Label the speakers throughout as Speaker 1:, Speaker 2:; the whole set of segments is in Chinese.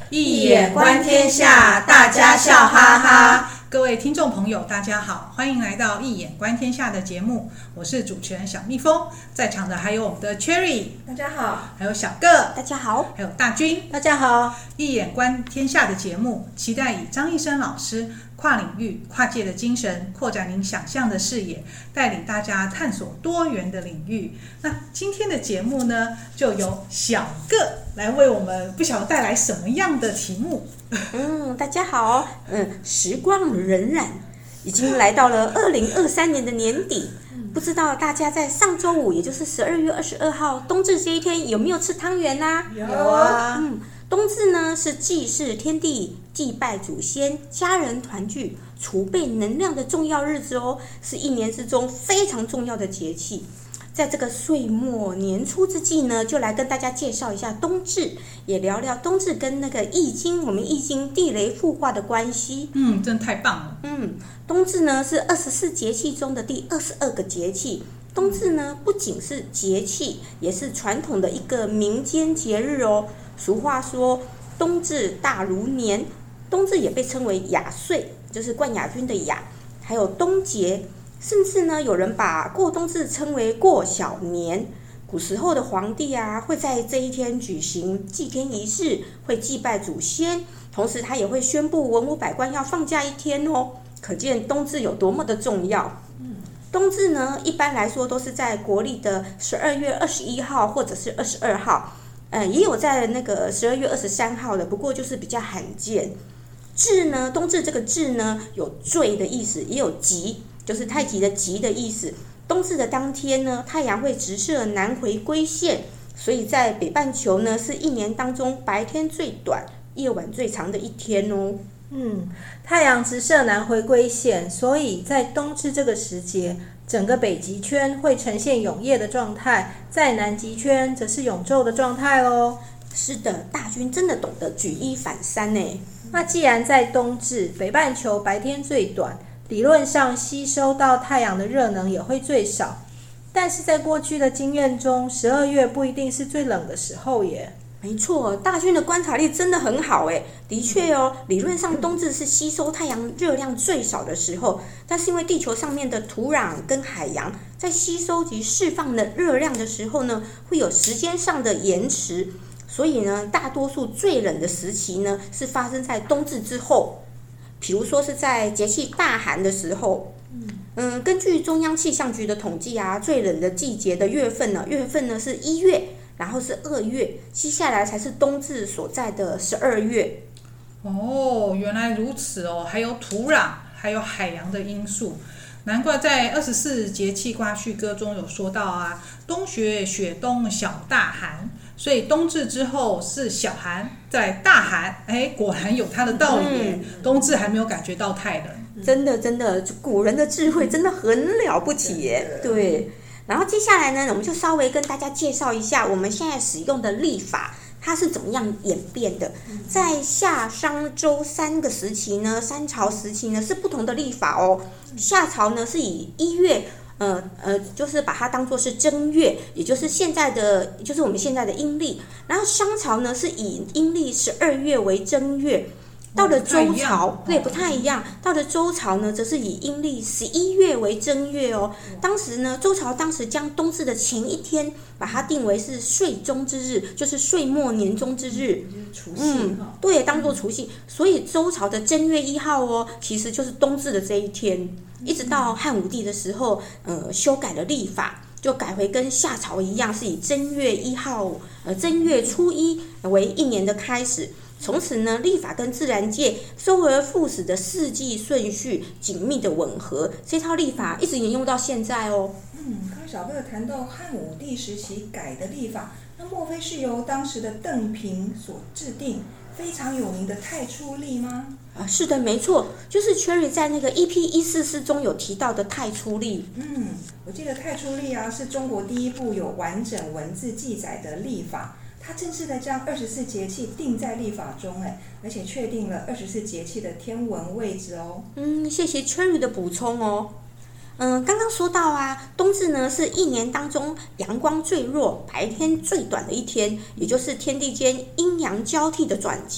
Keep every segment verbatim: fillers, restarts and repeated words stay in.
Speaker 1: 一眼观天下，大家笑哈哈。
Speaker 2: 各位听众朋友大家好，欢迎来到一眼观天下的节目，我是主持人小蜜蜂，在场的还有我们的 Cherry，
Speaker 1: 大家好，
Speaker 2: 还有小个，
Speaker 3: 大家好，
Speaker 2: 还有大军，
Speaker 3: 大家好。
Speaker 2: 一眼观天下的节目期待以张医生老师跨领域跨界的精神，扩展您想象的视野，带领大家探索多元的领域。那今天的节目呢，就由小个来为我们不晓得带来什么样的题目。
Speaker 3: 嗯，大家好。嗯，时光荏苒，已经来到了二零二三年的年底。不知道大家在上周五，也就是十二月二十二号冬至这一天，有没有吃汤圆呢？
Speaker 1: 有啊。
Speaker 3: 嗯，冬至呢是祭祀天地、祭拜祖先、家人团聚、储备能量的重要日子哦，是一年之中非常重要的节气。在这个岁末年初之际呢，就来跟大家介绍一下冬至，也聊聊冬至跟那个易经，我们易经地雷复化的关系。
Speaker 2: 嗯，真的太棒了。
Speaker 3: 嗯，冬至呢是二十四节气中的第二十二个节气。冬至呢不仅是节气，也是传统的一个民间节日哦。俗话说冬至大如年，冬至也被称为亚岁，就是冠亚军的亚，还有冬节。甚至呢，有人把过冬至称为过小年。古时候的皇帝啊，会在这一天举行祭天仪式，会祭拜祖先，同时他也会宣布文武百官要放假一天哦。可见冬至有多么的重要。嗯，冬至呢，一般来说都是在国历的十二月二十一号或者是二十二号，呃，也有在那个十二月二十三号的，不过就是比较罕见。至呢，冬至这个至呢，有坠的意思，也有极。就是太极的极的意思。冬至的当天呢，太阳会直射南回归线，所以在北半球呢，是一年当中白天最短、夜晚最长的一天哦。
Speaker 4: 嗯，太阳直射南回归线，所以在冬至这个时节，整个北极圈会呈现永夜的状态，在南极圈则是永昼的状态咯。
Speaker 3: 是的，大军真的懂得举一反三呢。
Speaker 4: 那既然在冬至，北半球白天最短，理论上吸收到太阳的热能也会最少，但是在过去的经验中，十二月不一定是最冷的时候耶。
Speaker 3: 没错，大军的观察力真的很好诶。的确哦，理论上冬至是吸收太阳热量最少的时候，但是因为地球上面的土壤跟海洋在吸收及释放的热量的时候呢，会有时间上的延迟，所以呢，大多数最冷的时期呢，是发生在冬至之后。比如说是在节气大寒的时候，嗯，根据中央气象局的统计啊，最冷的季节的月份呢，月份呢是一月，然后是二月，接下来才是冬至所在的十二月。
Speaker 2: 哦，原来如此哦，还有土壤，还有海洋的因素。难怪在二十四节气卦序歌中有说到啊，冬雪雪冬小大寒，所以冬至之后是小寒，再来大寒，哎，果然有它的道理耶。嗯、冬至还没有感觉到太冷，
Speaker 3: 真的真的，古人的智慧真的很了不起耶。对，然后接下来呢，我们就稍微跟大家介绍一下我们现在使用的历法。它是怎么样演变的？在夏商周三个时期呢，三朝时期呢是不同的历法哦。夏朝呢是以一月，呃呃，就是把它当作是正月，也就是现在的，就是我们现在的阴历。然后商朝呢是以阴历十二月为正月。到了周朝，对，不太一样。到了周朝呢，则是以阴历十一月为正月哦。当时呢，周朝当时将冬至的前一天，把它定为是岁终之日，就是岁末年终之日，
Speaker 1: 除夕，
Speaker 3: 嗯，对，当做除夕。所以周朝的正月一号哦，其实就是冬至的这一天。一直到汉武帝的时候，呃，修改了历法。就改回跟夏朝一样，是以正月一号，呃，正月初一为一年的开始。从此呢，历法跟自然界周而复始的四季顺序紧密的吻合，这套历法一直沿用到现在哦。
Speaker 1: 嗯，刚小哥谈到汉武帝时期改的历法，那莫非是由当时的邓平所制定，非常有名的太初历吗？
Speaker 3: 啊，是的，没错，就是 Cherry 在那个 E P 一四四中有提到的太初历。
Speaker 1: 嗯，我记得太初历啊，是中国第一部有完整文字记载的历法。它正式的将二十四节气定在历法中，哎，而且确定了二十四节气的天文位置哦。
Speaker 3: 嗯，谢谢 Cherry 的补充哦。嗯，刚刚说到啊，冬至呢是一年当中阳光最弱、白天最短的一天，也就是天地间阴阳交替的转机。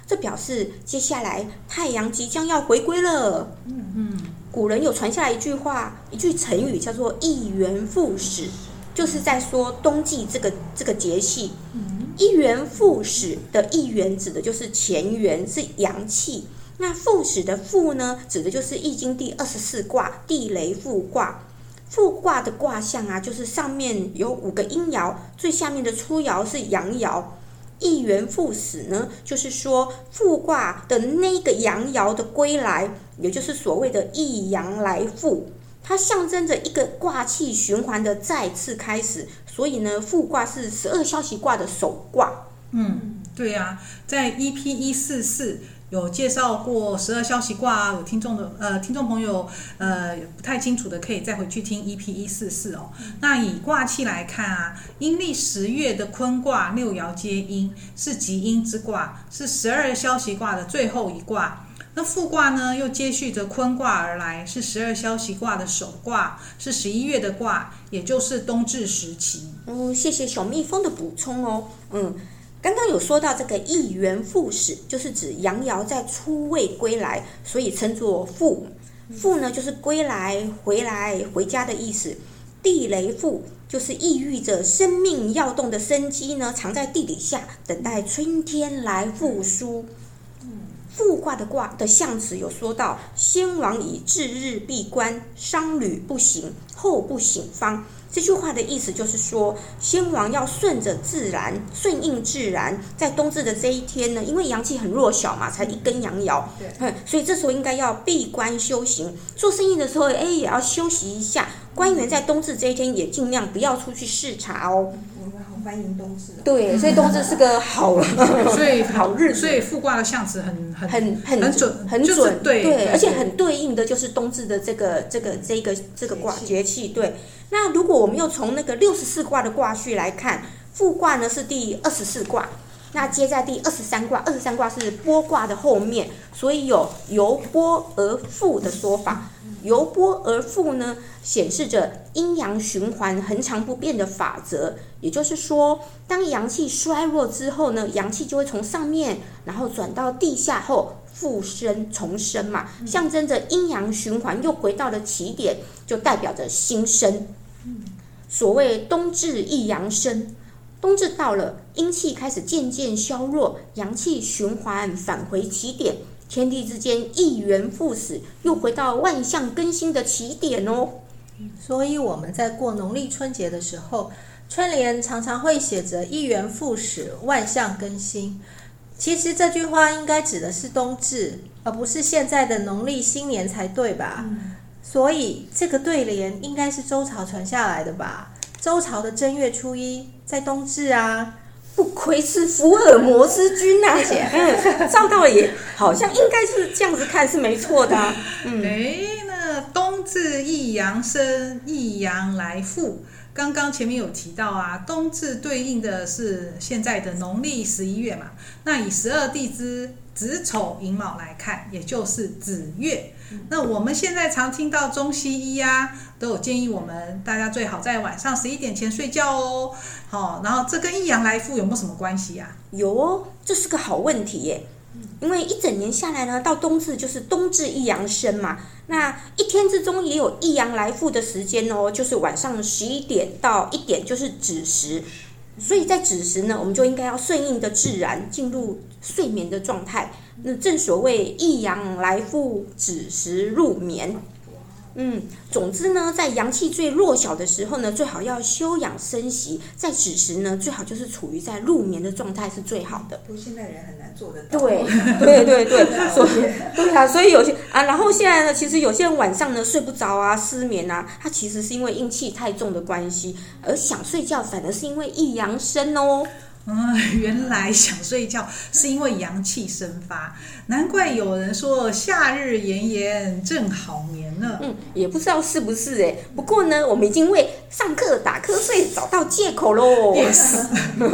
Speaker 3: 这表示接下来太阳即将要回归了。
Speaker 2: 嗯嗯，
Speaker 3: 古人有传下来一句话，一句成语叫做一元复始，就是在说冬季这个这个节气。一元复始的一元指的就是前元，是阳气。那复始的复呢，指的就是易经第二十四卦地雷复卦。复卦的卦象啊，就是上面有五个阴爻，最下面的初爻是阳爻。一元复始呢，就是说复卦的那个阳爻的归来，也就是所谓的一阳来复，它象征着一个卦气循环的再次开始。所以呢，复卦是十二消息卦的首卦。
Speaker 2: 嗯，对呀、啊，在 E P 一四四有介绍过十二消息卦啊，有听众的呃听众朋友呃不太清楚的，可以再回去听 E P 一四四哦。那以卦气来看啊，阴历十月的坤卦六爻皆阴，是极阴之卦，是十二消息卦的最后一卦。那复卦呢，又接续着坤卦而来，是十二消息卦的首卦，是十一月的卦，也就是冬至时期。
Speaker 3: 哦，谢谢小蜜蜂的补充哦。嗯，刚刚有说到这个一元复始，就是指阳爻在初位归来，所以称作复。复呢，就是归来、回来、回家的意思。地雷复就是意喻着生命要动的生机呢，藏在地底下，等待春天来复苏。复卦的卦的象辞有说到，先王以至日闭关，商旅不行，后不省方。这句话的意思就是说，先王要顺着自然，顺应自然，在冬至的这一天呢，因为阳气很弱小嘛，才一根阳爻，对，所以这时候应该要闭关修行。做生意的时候，哎，也要休息一下。官员在冬至这一天也尽量不要出去视察哦。
Speaker 1: 我们好欢迎冬至、哦。
Speaker 3: 对，所以冬至是个好
Speaker 2: 所以
Speaker 3: 好日子。
Speaker 2: 所以复卦的象辞很很
Speaker 3: 很很
Speaker 2: 很准，
Speaker 3: 很准，
Speaker 2: 就是对
Speaker 3: 对，而且很对应的就是冬至的这个这个这个这个卦节气。对，那如果我们又从那个六十四卦的卦序来看，复卦呢是第二十四卦，那接在第二十三卦，二十三卦是剥卦的后面，所以有由剥而复的说法。由剥而复呢，显示着阴阳循环恒常不变的法则。也就是说，当阳气衰弱之后呢，阳气就会从上面，然后转到地下后复生重生嘛，象征着阴阳循环又回到了起点，就代表着新生。所谓冬至一阳生，冬至到了，阴气开始渐渐消弱，阳气循环返回起点。天地之间一元复始，又回到万象更新的起点哦。
Speaker 4: 所以我们在过农历春节的时候，春联常常会写着一元复始，万象更新。其实这句话应该指的是冬至，而不是现在的农历新年才对吧？嗯、所以这个对联应该是周朝传下来的吧？周朝的正月初一在冬至啊。
Speaker 3: 不愧是福尔摩斯君啊，姐，嗯，照道也好像应该是这样子看是没错的、啊。嗯，
Speaker 2: 哎，那冬至一阳生，一阳来复。刚刚前面有提到啊，冬至对应的是现在的农历十一月嘛，那以十二地支子丑寅卯来看，也就是子月。那我们现在常听到中西医啊，都有建议我们大家最好在晚上十一点前睡觉哦。好，然后这跟一阳来复有没有什么关系啊？
Speaker 3: 有哦，这是个好问题耶。因为一整年下来呢，到冬至就是冬至一阳生嘛，那一天之中也有一阳来复的时间哦，就是晚上十一点到一点就是子时，所以在子时呢，我们就应该要顺应的自然进入睡眠的状态。那正所谓一阳来复，子时入眠。嗯，总之呢，在阳气最弱小的时候呢，最好要休养生息；在子时呢，最好就是处于在入眠的状态是最好的。
Speaker 1: 不过现在人很难做得到。
Speaker 3: 对对对对，所以对啊，所以有些啊，然后现在呢，其实有些人晚上呢睡不着啊，失眠啊，他其实是因为阴气太重的关系，而想睡觉反而是因为一阳生哦。
Speaker 2: 嗯，原来想睡觉是因为阳气生发，难怪有人说夏日炎炎正好眠呢。
Speaker 3: 嗯，也不知道是不是哎，不过呢，我们已经为上课打瞌睡找到借口喽。
Speaker 2: Yes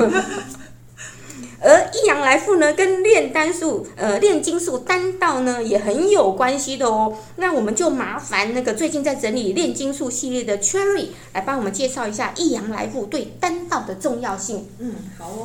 Speaker 3: 而一阳来复呢，跟炼丹术、呃炼金术、丹道呢也很有关系的哦。那我们就麻烦那个最近在整理炼金术系列的 Cherry 来帮我们介绍一下一阳来复对丹道的重要性。
Speaker 1: 嗯，好哦。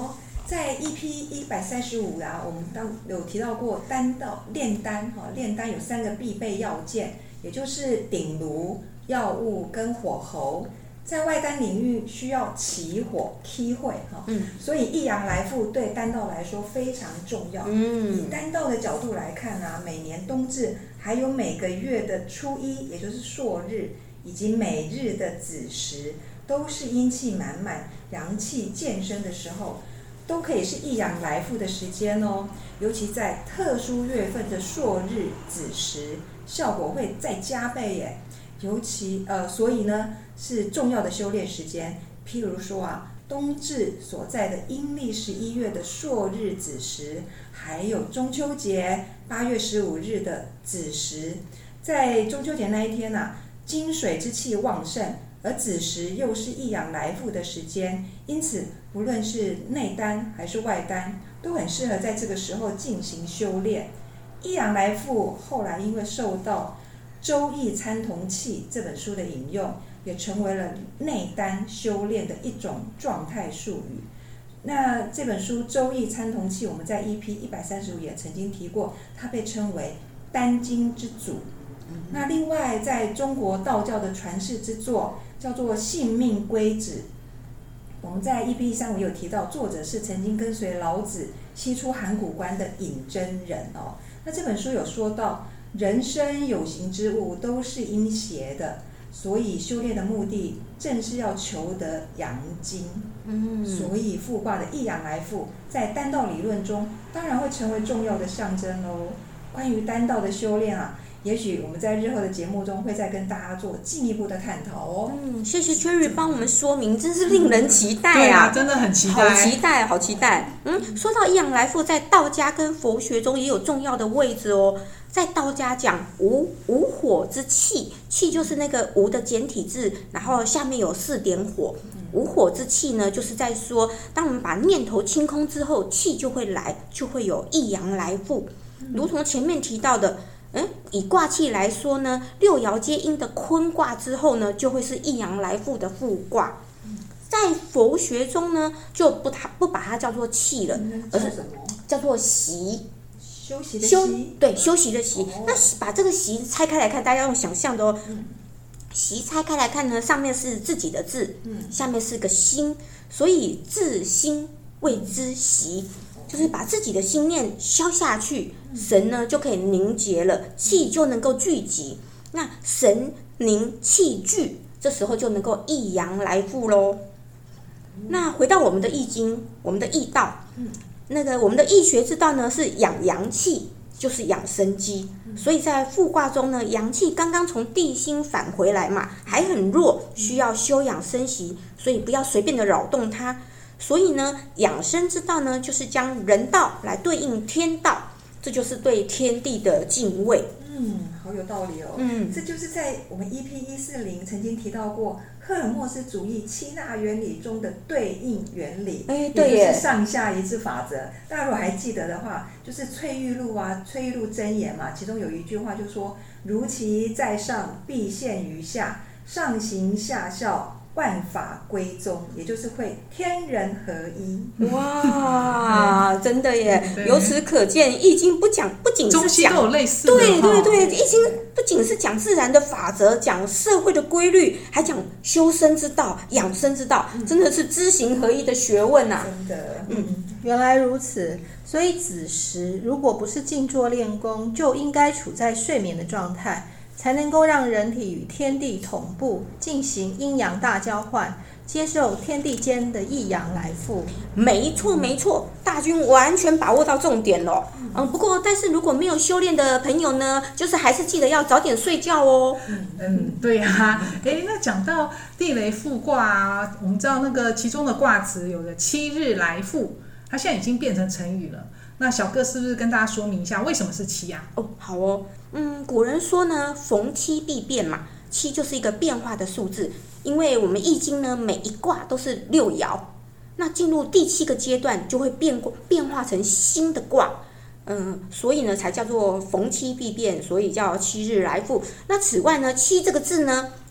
Speaker 1: 在 E P 一百三十五啊，我们当有提到过丹道炼丹哈，炼丹有三个必备要件，也就是鼎炉、药物跟火候。在外丹领域需要起火、开会哈，
Speaker 3: 嗯，
Speaker 1: 所以一阳来复对丹道来说非常重要。
Speaker 3: 嗯，
Speaker 1: 以丹道的角度来看啊，每年冬至还有每个月的初一，也就是朔日，以及每日的子时，都是阴气满满、阳气渐生的时候，都可以是一阳来复的时间哦。尤其在特殊月份的朔日、子时，效果会再加倍耶。尤其呃，所以呢是重要的修炼时间。譬如说啊，冬至所在的阴历十一月的朔日子时，还有中秋节八月十五日的子时，在中秋节那一天呢、啊，金水之气旺盛，而子时又是一阳来复的时间，因此不论是内丹还是外丹，都很适合在这个时候进行修炼。一阳来复后来因为受到《周易参同契》这本书的引用，也成为了内丹修炼的一种状态术语。那这本书《周易参同契》，我们在 E P 一百三十五也曾经提过，它被称为丹经之祖。那另外，在中国道教的传世之作叫做《性命归旨》，我们在 E P 一三五有提到，作者是曾经跟随老子西出函谷关的隐真人哦。那这本书有说到，人生有形之物都是阴邪的，所以修炼的目的正是要求得阳精。嗯，所以复卦的一阳来复，在丹道理论中当然会成为重要的象征喽。关于丹道的修炼啊，也许我们在日后的节目中会再跟大家做进一步的探讨哦。
Speaker 3: 嗯，谢谢 Cherry 帮我们说明，真是令人期待啊！
Speaker 2: 对啊，真的很期待，
Speaker 3: 好期待，好期待。嗯，说到一阳来复，在道家跟佛学中也有重要的位置哦。在道家讲无无火之气，气就是那个无的简体字，然后下面有四点火。无火之气呢，就是在说，当我们把念头清空之后，气就会来，就会有一阳来复。如同前面提到的，嗯，以卦气来说呢，六爻皆阴的坤卦之后呢，就会是一阳来复的复卦。在佛学中呢，就不它不把它叫做气了，而是叫做习。
Speaker 1: 休息的
Speaker 3: 休
Speaker 1: 息，
Speaker 3: 对，休息的息。
Speaker 1: 哦、
Speaker 3: 那把这个息拆开来看，大家用想象的哦。嗯、息拆开来看呢，上面是自己的字，嗯、下面是个心，所以自心谓之息，就是把自己的心念消下去，嗯、神呢就可以凝结了，气就能够聚集。那神凝气聚，这时候就能够一阳来复喽。嗯、那回到我们的易经，我们的易道。嗯那个我们的易学之道呢，是养阳气，就是养生机。所以在复卦中呢，阳气刚刚从地心返回来嘛，还很弱，需要休养生息，所以不要随便的扰动它。所以呢，养生之道呢，就是将人道来对应天道，这就是对天地的敬畏。
Speaker 1: 嗯，好有道理哦。嗯，这就是在我们 E P 一四零曾经提到过赫尔墨斯主义七大原理中的对应原理，
Speaker 3: 哎，对耶，
Speaker 1: 也就是上下一致法则。大家如果还记得的话，就是翠玉录啊，翠玉录真言嘛，其中有一句话就说：“如其在上，必现于下，上行下效。”万法归宗，也就是会天人合一。
Speaker 3: 哇，真的耶！由此可见，《易经》不讲不仅是讲
Speaker 2: 都有类似的，
Speaker 3: 对对对，《易经》不仅是讲自然的法则，讲社会的规律，还讲修身之道、养生之道，真的是知行合一的学问呐、啊！
Speaker 1: 真的，
Speaker 4: 嗯，原来如此。所以子时如果不是静坐练功，就应该处在睡眠的状态。才能够让人体与天地同步，进行阴阳大交换，接受天地间的一阳来复。
Speaker 3: 没错没错，大军完全把握到重点了。嗯，不过但是如果没有修炼的朋友呢，就是还是记得要早点睡觉哦。
Speaker 2: 嗯，对啊。诶，那讲到地雷复卦啊，我们知道那个其中的卦辞有着七日来复，它现在已经变成成语了。那小哥是不是跟大家说明一下为什么是七啊？
Speaker 3: 哦，好哦，嗯，古人说呢，逢七必变嘛，七就是一个变化的数字，因为我们易经呢每一卦都是六爻，那进入第七个阶段就会变变化成新的卦，嗯，所以呢才叫做逢七必变，所以叫七日来复。那此外呢，七这个字呢，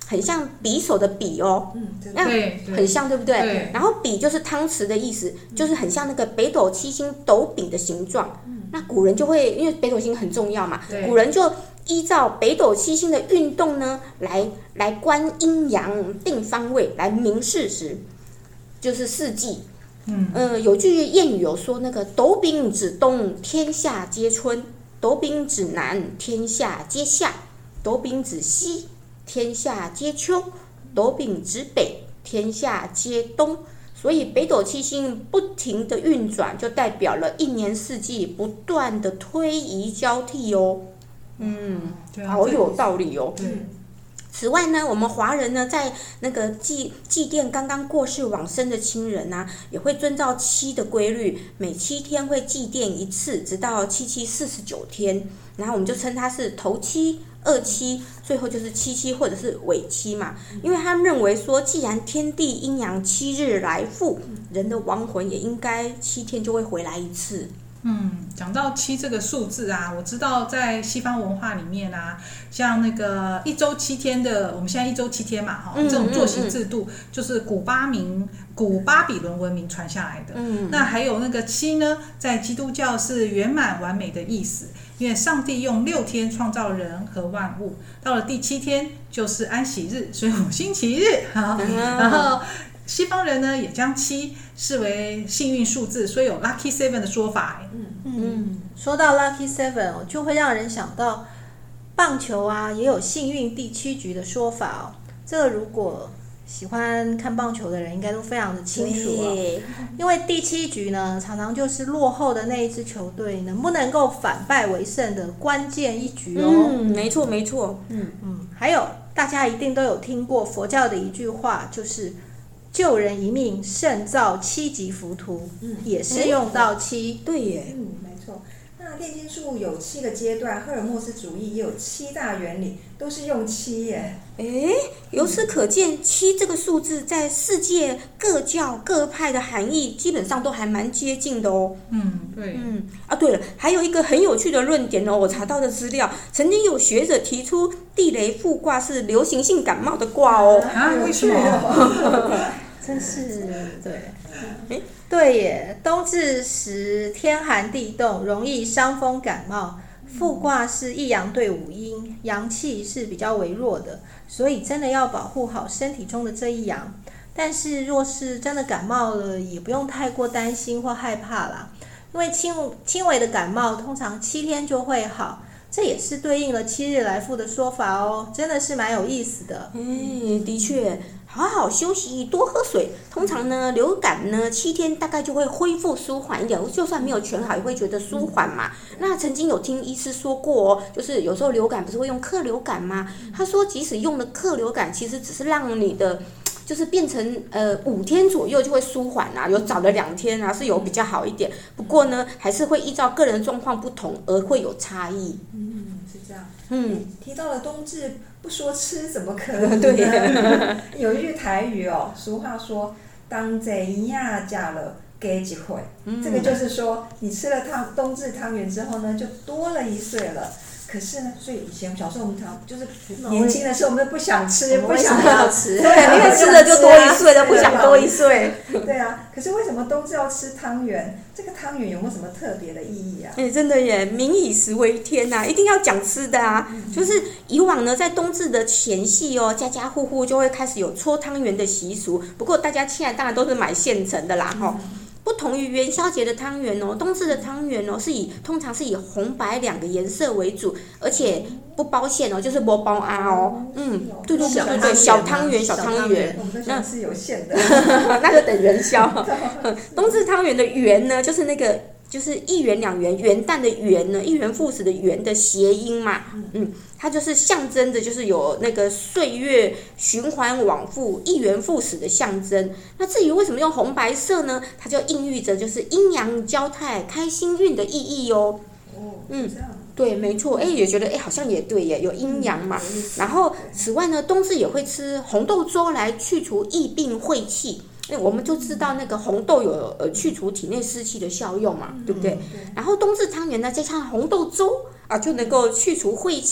Speaker 3: 很像匕首的匕哦，
Speaker 1: 嗯，对
Speaker 3: 那
Speaker 2: 对对
Speaker 3: 很像对不对？
Speaker 2: 对
Speaker 3: 然后匕就是汤匙的意思，就是很像那个北斗七星斗柄的形状。那古人就会因为北斗星很重要嘛，
Speaker 2: 对
Speaker 3: 古人就依照北斗七星的运动呢，来来观阴阳、定方位，来明事时，就是四季。
Speaker 2: 嗯，
Speaker 3: 呃，有句谚语有说，那个斗柄指东，天下皆春；斗柄指南，天下皆夏；斗柄指西，天下皆秋；斗柄指北，天下皆冬。所以北斗七星不停的运转，就代表了一年四季不断的推移交替哦。嗯，
Speaker 2: 对啊
Speaker 3: 好有道理哦。
Speaker 2: 对。
Speaker 3: 此外呢，我们华人呢，在那个祭祭奠刚刚过世往生的亲人啊，也会遵照七的规律，每七天会祭奠一次，直到七七四十九天。然后我们就称它是头七、二七，最后就是七七或者是尾七嘛。因为他们认为说，既然天地阴阳七日来复，人的亡魂也应该七天就会回来一次。
Speaker 2: 嗯，讲到七这个数字啊，我知道在西方文化里面啊，像那个一周七天的，我们现在一周七天嘛，哈、
Speaker 3: 嗯，
Speaker 2: 这种作息制度就是古巴明、古巴比伦文明传下来的。
Speaker 3: 嗯，
Speaker 2: 那还有那个七呢，在基督教是圆满完美的意思，因为上帝用六天创造人和万物，到了第七天就是安息日，所以我们星期日哈、
Speaker 3: 嗯，
Speaker 2: 然后。西方人呢也将七视为幸运数字，所以有 lucky seven 的说法。
Speaker 4: 嗯嗯，说到 lucky seven 哦，就会让人想到棒球啊，也有幸运第七局的说法哦。这个如果喜欢看棒球的人，应该都非常的清楚哦。因为第七局呢，常常就是落后的那一支球队能不能够反败为胜的关键一局哦。
Speaker 3: 嗯，没错没错。嗯
Speaker 4: 嗯，还有大家一定都有听过佛教的一句话，就是救人一命胜造七级浮屠，
Speaker 1: 嗯，
Speaker 4: 也是用到七。
Speaker 3: 对耶。
Speaker 1: 嗯，没错。那炼金术有七个阶段，赫尔墨斯主义也有七大原理，都是用七耶。
Speaker 3: 诶，由此可见，七这个数字在世界各教各派的含义基本上都还蛮接近的哦。
Speaker 2: 嗯，对。
Speaker 3: 嗯啊，对了，还有一个很有趣的论点哦，我查到的资料，曾经有学者提出地雷复卦是流行性感冒的卦哦。
Speaker 2: 啊？为什么？
Speaker 4: 真是对，对耶，冬至时天寒地冻，容易伤风感冒。复卦是一阳对五阴，阳气是比较微弱的，所以真的要保护好身体中的这一阳。但是若是真的感冒了，也不用太过担心或害怕啦，因为轻轻微的感冒通常七天就会好。这也是对应了七日来复的说法哦，真的是蛮有意思的。
Speaker 3: 嗯，的确，好好休息，多喝水。通常呢，流感呢七天大概就会恢复舒缓一点，就算没有全好，也会觉得舒缓嘛。那曾经有听医师说过哦，就是有时候流感不是会用克流感吗？他说，即使用了克流感，其实只是让你的。就是变成呃五天左右就会舒缓啊，有早了两天啊是有比较好一点，不过呢还是会依照个人状况不同而会有差异。
Speaker 1: 嗯，是这样。
Speaker 3: 嗯，
Speaker 1: 提到了冬至，不说吃怎么可能呢？
Speaker 3: 对，
Speaker 1: 有一句台语哦，俗话说“当贼一呀假了给几回”，这个就是说你吃了汤冬至汤圆之后呢，就多了一岁了。可是呢，所以以前小时候我们常就是年轻的时候，我们都不想吃，不想
Speaker 4: 要吃，
Speaker 3: 对，因为吃了就多一岁了，不想多一岁。
Speaker 1: 对啊，可是为什么冬至要吃汤圆？这个汤圆有没有什么特别的意义啊？
Speaker 3: 哎，真的耶，民以食为天呐、啊，一定要讲吃的啊。嗯、就是以往呢，在冬至的前夕哦，家家户户就会开始有搓汤圆的习俗。不过大家现在当然都是买现成的啦，哈、嗯。不同于元宵节的汤圆哦，冬至的汤圆哦是以通常是以红白两个颜色为主，而且不包馅哦，就是不包啊哦，嗯，对对对对对，小汤圆小汤圆，
Speaker 1: 那是有馅的，
Speaker 3: 那就等元宵。冬至汤圆的圆呢，就是那个就是一元两元，元旦的元呢，一元复始的元的谐音嘛，嗯。它就是象征着，就是有那个岁月循环往复、一元复始的象征。那至于为什么用红白色呢？它就孕育着就是阴阳交泰、开心运的意义哦。
Speaker 1: 哦，
Speaker 3: 嗯，
Speaker 1: 这样。
Speaker 3: 对，没错。哎，也觉得哎，好像也对耶，有阴阳嘛。嗯、然后，此外呢，冬至也会吃红豆粥来去除疫病晦气。我们就知道那个红豆有呃去除体内湿气的效用嘛，对不对？
Speaker 1: 嗯、对。
Speaker 3: 然后冬至汤圆呢，加上红豆粥啊，就能够去除晦气。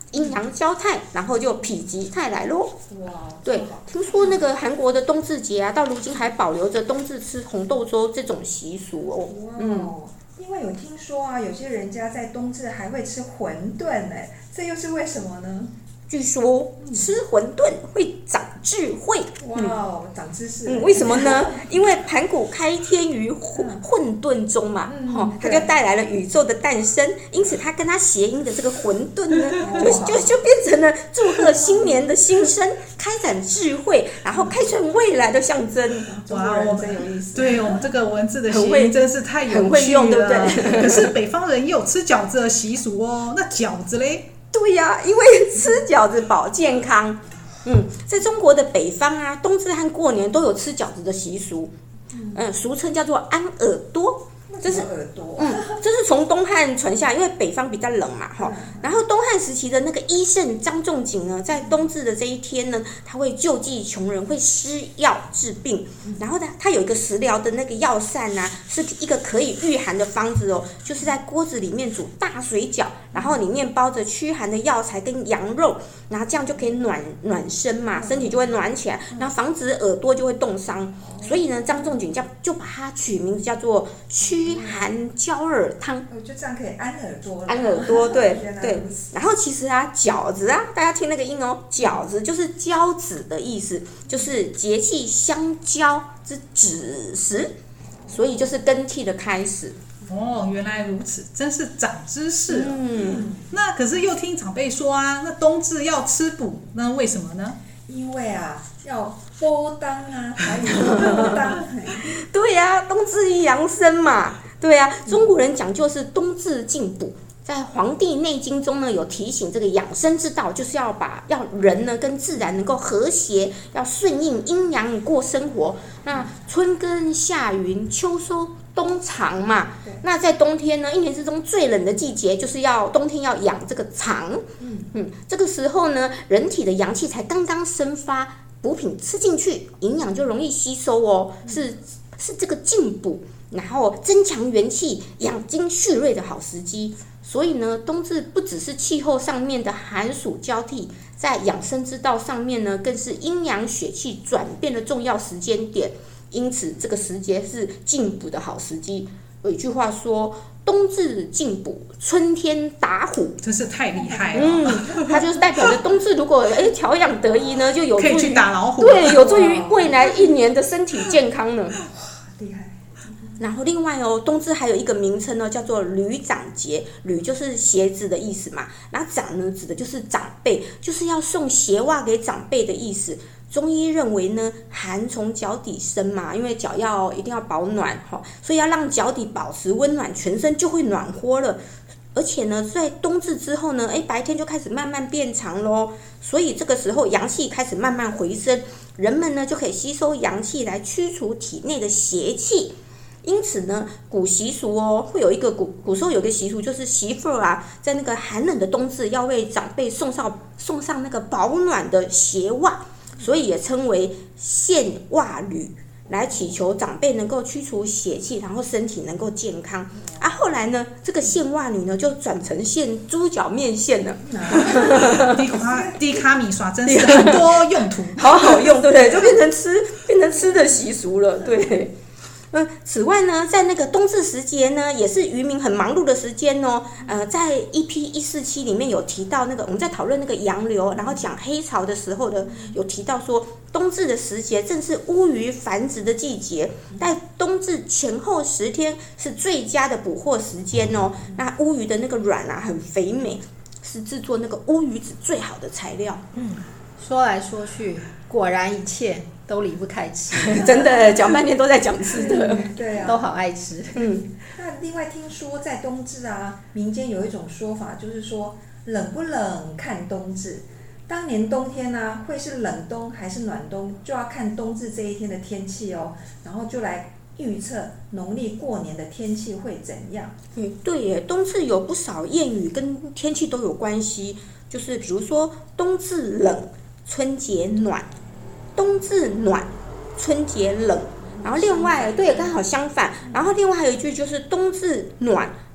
Speaker 3: 阴阳交泰，然后就否极泰来咯。
Speaker 1: 哇，
Speaker 3: 对，听说那个韩国的冬至节啊，到如今还保留着冬至吃红豆粥这种习俗哦。
Speaker 1: 哇，
Speaker 3: 嗯，
Speaker 1: 因为有听说啊，有些人家在冬至还会吃馄饨哎，这又是为什么呢？
Speaker 3: 据说吃馄饨会长智慧。
Speaker 1: 哇哦，长知识。
Speaker 3: 嗯，为什么呢？因为盘古开天于混混沌中嘛，
Speaker 1: 嗯
Speaker 3: 哈、哦，他就带来了宇宙的诞生，因此他跟他谐音的这个混沌呢，就就就变成了祝贺新年的新生，开展智慧，然后开创未来的象征。
Speaker 1: 中国人真有意思。
Speaker 2: 对我们这个文字的谐音真是太有趣了，
Speaker 3: 很会用，对不对？
Speaker 2: 可是北方人也有吃饺子的习俗哦，那饺子嘞？
Speaker 3: 对呀、啊，因为吃饺子保健康。嗯，在中国的北方啊，冬至和过年都有吃饺子的习俗，嗯，俗称叫做安耳朵。这是
Speaker 1: 耳朵，
Speaker 3: 嗯，这是从东汉传下，因为北方比较冷嘛，哈。然后东汉时期的那个医圣张仲景呢，在冬至的这一天呢，他会救济穷人，会施药治病。然后呢，他有一个食疗的那个药膳啊，是一个可以御寒的方子哦，就是在锅子里面煮大水饺，然后里面包着驱寒的药材跟羊肉，然后这样就可以暖暖身嘛，身体就会暖起来，然后防止耳朵就会冻伤。所以呢，张仲景就就把它取名字叫做驱寒焦耳汤。
Speaker 1: 就这样可以安耳朵了。
Speaker 3: 安耳朵，对对。然后其实啊，饺子啊，大家听那个音哦，饺子就是交子的意思，就是节气相交之子时，所以就是更替的开始。
Speaker 2: 哦，原来如此，真是长知识了。
Speaker 3: 嗯，
Speaker 2: 那可是又听长辈说啊，那冬至要吃补，那为什么呢？
Speaker 1: 因为啊，要波当啊，台语说波当。
Speaker 3: 对呀、啊，冬至宜养生嘛。对啊，中国人讲究是冬至进补。在《黄帝内经》中呢，有提醒这个养生之道，就是要把要人呢跟自然能够和谐，要顺应阴阳过生活。那春耕夏耘，秋收冬藏嘛。那在冬天呢，一年之中最冷的季节，就是要冬天要养这个藏。嗯嗯，这个时候呢，人体的阳气才刚刚生发，补品吃进去，营养就容易吸收哦。是是这个进补，然后增强元气、养精蓄锐的好时机。所以呢，冬至不只是气候上面的寒暑交替，在养生之道上面呢，更是阴阳血气转变的重要时间点。因此，这个时节是进补的好时机。有一句话说：“冬至进补，春天打虎。”
Speaker 2: 真是太厉害了。
Speaker 3: 嗯，它就是代表着冬至如果哎调养得宜呢，就有助于
Speaker 2: 可以去打老虎。
Speaker 3: 对，有助于未来一年的身体健康呢。
Speaker 1: 厉害。
Speaker 3: 然后另外哦，冬至还有一个名称呢，叫做履长节。履就是鞋子的意思嘛，然后长呢指的就是长辈，就是要送鞋袜给长辈的意思。中医认为呢，寒从脚底生嘛，因为脚要一定要保暖哈，所以要让脚底保持温暖，全身就会暖和了。而且呢，在冬至之后呢，哎，白天就开始慢慢变长咯，所以这个时候阳气开始慢慢回升，人们呢就可以吸收阳气来驱除体内的邪气。因此呢，古习俗哦，会有一个古古时候有个习俗，就是媳妇儿啊，在那个寒冷的冬至，要为长辈送上送上那个保暖的鞋袜，所以也称为献袜履，来祈求长辈能够驱除邪气，然后身体能够健康。啊，后来呢，这个献袜履呢，就转成献猪脚面线了。
Speaker 2: 低卡低卡米刷真是很多用途，
Speaker 3: 好好用，对不对？就变成吃变成吃的习俗了，对。嗯，此外呢，在那个冬至时节呢，也是渔民很忙碌的时间哦。呃，在 E P 一四七里面有提到那个，我们在讨论那个洋流，然后讲黑潮的时候的，有提到说，冬至的时节正是乌鱼繁殖的季节，在冬至前后十天是最佳的捕获时间哦。那乌鱼的那个卵啊，很肥美，是制作那个乌鱼子最好的材料。
Speaker 4: 嗯，说来说去，果然一切都离不开吃，
Speaker 3: 真的讲半天都在讲吃的，
Speaker 1: 对啊，
Speaker 4: 都好爱吃。
Speaker 3: 嗯，
Speaker 1: 那另外听说在冬至啊，民间有一种说法，就是说冷不冷看冬至。当年冬天啊，会是冷冬还是暖冬，就要看冬至这一天的天气哦，然后就来预测农历过年的天气会怎样。
Speaker 3: 嗯，对耶，冬至有不少谚语跟天气都有关系，就是比如说冬至冷，春节暖。冬至暖，春节冷，然后另外对刚好相反，然后另外还有一句就是冬至暖，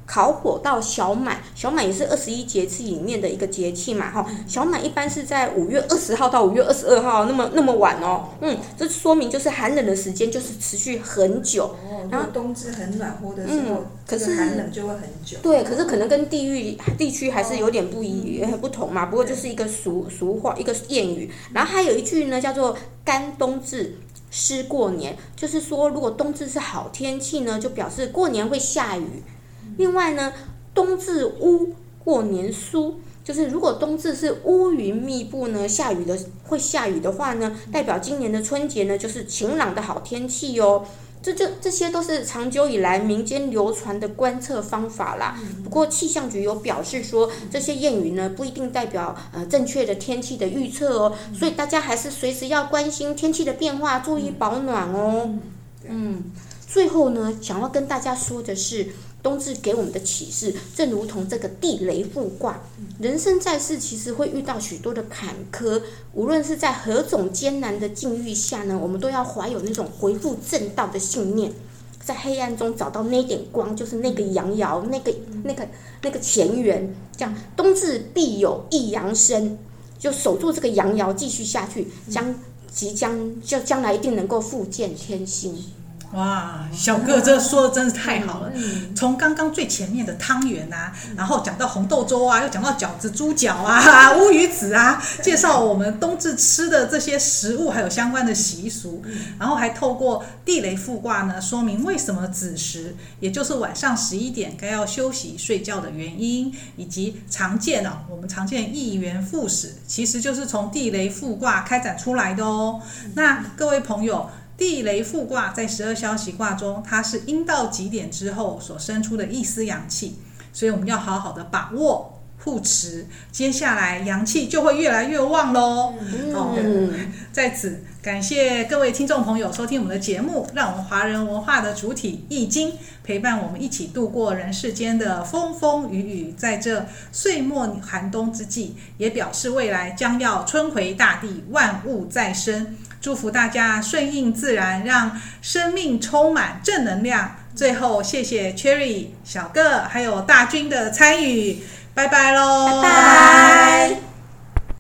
Speaker 3: 烤火到小满，小满也是二十一节气里面的一个节气嘛，哈，小满一般是在五月二十号到五月二十二号，那么那么晚哦，嗯，这说明就是寒冷的时间就是持续很久。
Speaker 1: 哦，然后冬至很暖和的时候，
Speaker 3: 嗯、可是
Speaker 1: 寒冷就会很久。
Speaker 3: 对，可是可能跟地域地区还是有点不一、哦、不同嘛。不过就是一个俗俗话，一个谚语。然后还有一句呢，叫做干冬至。湿过年，就是说如果冬至是好天气呢，就表示过年会下雨。另外呢，冬至乌，过年疏，就是如果冬至是乌云密布呢，下雨的会下雨的话呢，代表今年的春节呢就是晴朗的好天气哦。这就这些都是长久以来民间流传的观测方法啦。不过气象局有表示说，这些谚语呢不一定代表呃正确的天气的预测哦，所以大家还是随时要关心天气的变化，注意保暖哦。嗯，最后呢，想要跟大家说的是，冬至给我们的启示，正如同这个地雷复卦，人生在世其实会遇到许多的坎坷，无论是在何种艰难的境遇下呢，我们都要怀有那种回复正道的信念，在黑暗中找到那点光，就是那个阳爻，那个那个那个前缘，这样冬至必有一阳生，就守住这个阳爻继续下去，将即将就将来一定能够复见天星。
Speaker 2: 哇，小哥这说的真是太好了！从刚刚最前面的汤圆啊，然后讲到红豆粥啊，又讲到饺子、猪脚啊、乌鱼子啊，介绍我们冬至吃的这些食物，还有相关的习俗，然后还透过地雷复卦呢，说明为什么子时，也就是晚上十一点该要休息睡觉的原因，以及常见啊，我们常见一元复始，其实就是从地雷复卦开展出来的哦。那各位朋友，地雷复卦在十二消息卦中，它是阴到极点之后所生出的一丝阳气，所以我们要好好的把握护持，接下来阳气就会越来越旺咯。
Speaker 3: 嗯
Speaker 2: 哦，在此感谢各位听众朋友收听我们的节目，让我们华人文化的主体易经陪伴我们一起度过人世间的风风雨雨，在这岁末寒冬之际，也表示未来将要春回大地，万物再生。祝福大家顺应自然，让生命充满正能量。最后，谢谢 Cherry、小个还有大军的参与，拜拜喽！
Speaker 3: 拜拜。